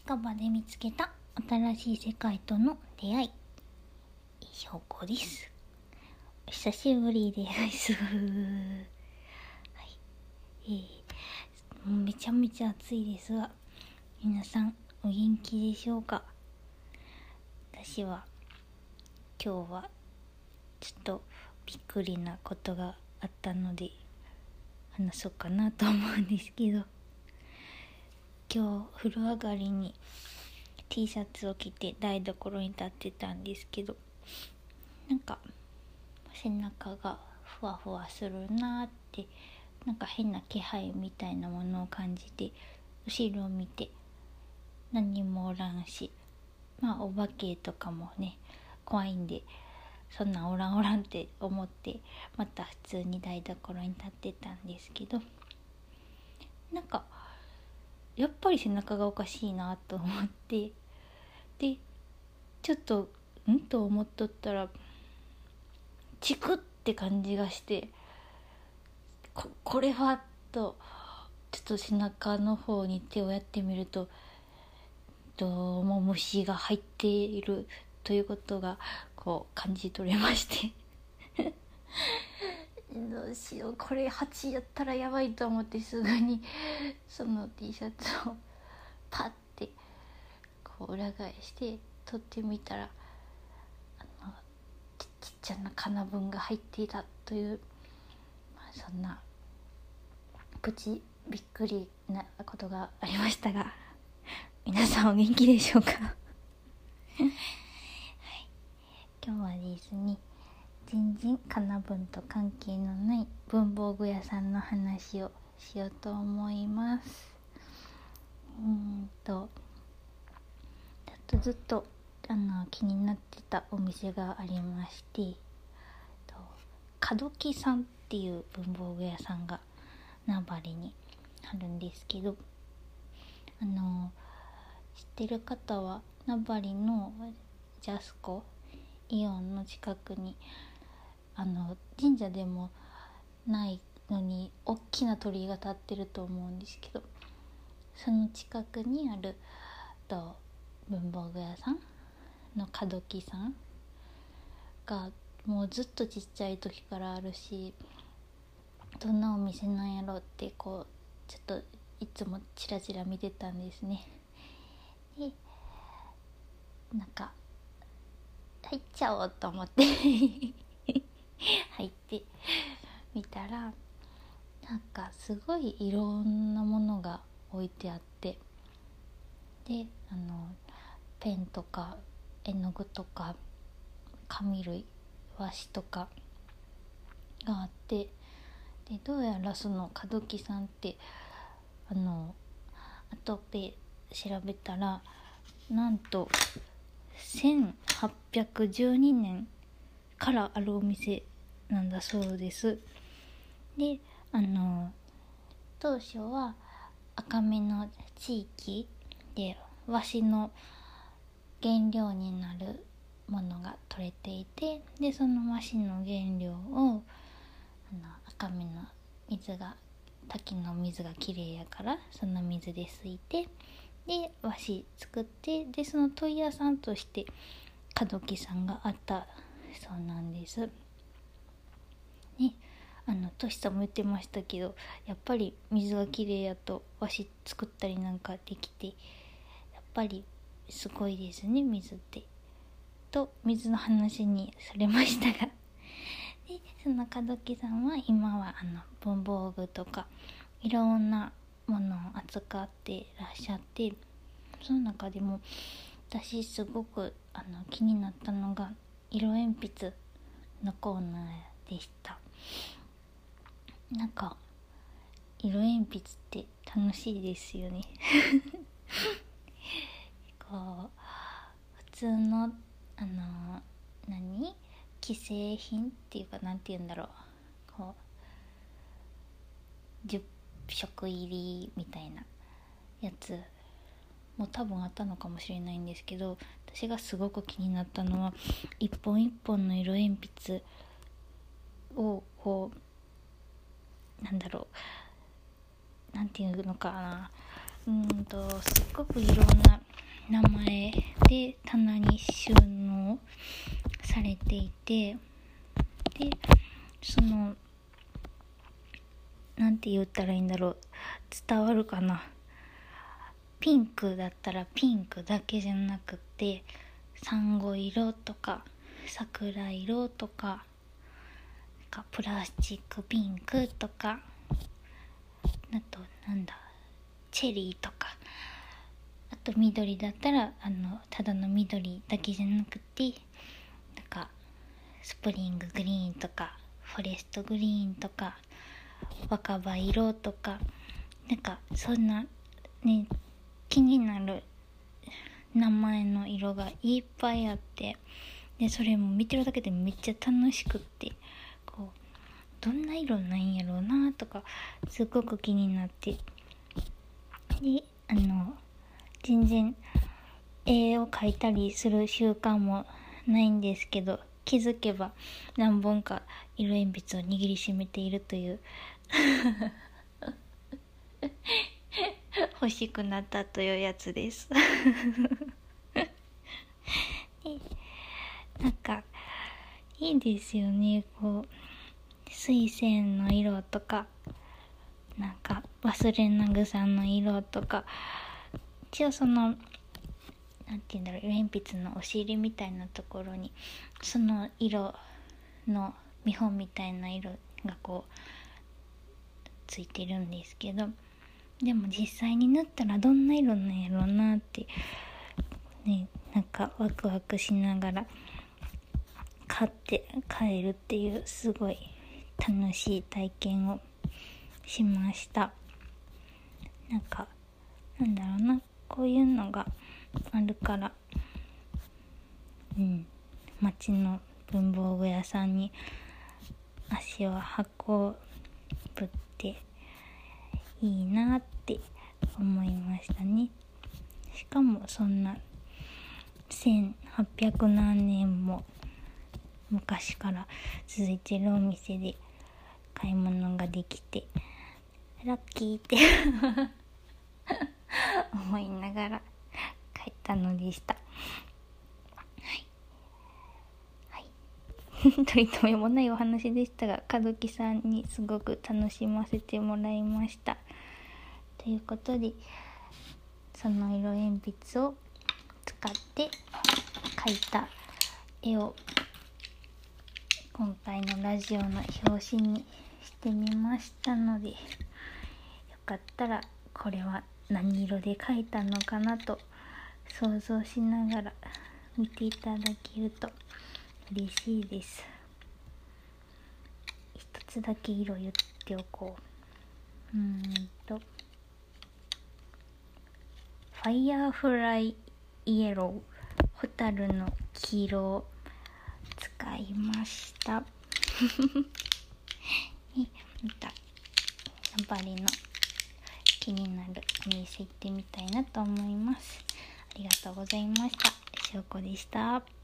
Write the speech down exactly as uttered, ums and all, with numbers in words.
近場で見つけた新しい世界との出会い、証拠です。お久しぶりです。はい、えー、めちゃめちゃ暑いですが、皆さんお元気でしょうか。私は今日はちょっとびっくりなことがあったので話そうかなと思うんですけど、今日風呂上がりに T シャツを着て台所に立ってたんですけど、なんか背中がふわふわするなーって、なんか変な気配みたいなものを感じて、後ろを見て何もおらんし、まあお化けとかもね怖いんでそんなおらんおらんって思って、また普通に台所に立ってたんですけど、なんかやっぱり背中がおかしいなと思って、でちょっとんと思っとったらチクって感じがして、 こ, これはとちょっと背中の方に手をやってみると、どうも虫が入っているということがこう感じ取れましてどうしよう、これ蜂やったらやばいと思って、すぐにその T シャツをパッてこう裏返して取ってみたら、あの ち, ちっちゃな金分が入っていたという、まあ、そんなプチびっくりなことがありましたが、皆さんお元気でしょうかはい、今日はですね、全然金文と関係のない文房具屋さんの話をしようと思います。うーんとずっとずっとあの気になってたお店がありまして、角木さんっていう文房具屋さんが名張にあるんですけど、あの知ってる方は名張のジャスコイオンの近くに、あの神社でもないのに大きな鳥居が立ってると思うんですけど、その近くにあると文房具屋さんの角木さんがもうずっとちっちゃい時からあるし、どんなお店なんやろうってこうちょっといつもチラチラ見てたんですね。でなんか入っちゃおうと思って入ってみたら、なんかすごいいろんなものが置いてあって、であのペンとか絵の具とか紙類和紙とかがあって、でどうやらその角木さんってあの後で調べたら、なんとせんはっぴゃくじゅうにねんからあるお店なんだそうです。であの当初は赤目の地域で和紙の原料になるものが取れていて、でその和紙の原料をあの赤目の水が滝の水がきれいやからその水で吸いて、で和紙作って、でその問屋さんとして角木さんがあったそうなんです。ね、あのトシさんも言ってましたけど、やっぱり水がきれいやと和紙作ったりなんかできて、やっぱりすごいですね水って。と水の話にされましたが、でその角木さんは今はあの文房具とかいろんなものを扱ってらっしゃって、その中でも私すごくあの気になったのが色鉛筆のコーナーでした。なんか色鉛筆って楽しいですよねこう普通のあの何既製品っていうか、なんて言うんだろう、こうじゅっしょく入りみたいなやつも多分あったのかもしれないんですけど、私がすごく気になったのは一本一本の色鉛筆をこうなんだろうなんていうのかな、うーんとすっごくいろんな名前で棚に収納されていて、でそのなんて言ったらいいんだろう、伝わるかな。ピンクだったらピンクだけじゃなくて、サンゴ色とか桜色とか、かプラスチックピンクとか、あとなんだチェリーとか、あと緑だったらあのただの緑だけじゃなくて、なんかスプリンググリーンとかフォレストグリーンとか若葉色とか、なんかそんなね気になる名前の色がいっぱいあって、でそれも見てるだけでめっちゃ楽しくって、こうどんな色なんやろうなとかすごく気になって、であの全然絵を描いたりする習慣もないんですけど、気づけば何本か色鉛筆を握りしめているという欲しくなったというやつですなんかいいですよね、こう水仙の色とか、なんか忘れな草の色とか、一応そのなんて言うんだろう、色鉛筆のお尻みたいなところにその色の見本みたいな色がこうついてるんですけど、でも実際に塗ったらどんな色なんやろうなってね、なんかワクワクしながら買って帰るっていうすごい楽しい体験をしました。なんかなんだろうな、こういうのがあるから、うん町の文房具屋さんに足を運ぶっていいなって思いましたね。しかもそんなせんはっぴゃくなんねんも昔から続いてるお店で買い物ができてラッキーって思いながら帰ったのでした。取り留めもないお話でしたが、門木さんにすごく楽しませてもらいました。ということで、その色鉛筆を使って描いた絵を今回のラジオの表紙にしてみましたので、よかったらこれは何色で描いたのかなと想像しながら見ていただけると嬉しいです。一つだけ色言っておこう。うーんとファイヤーフライイエロー、ホタルの黄色を使いましたね、またやっぱりの気になるお店行ってみたいなと思います。ありがとうございました。しょうこでした。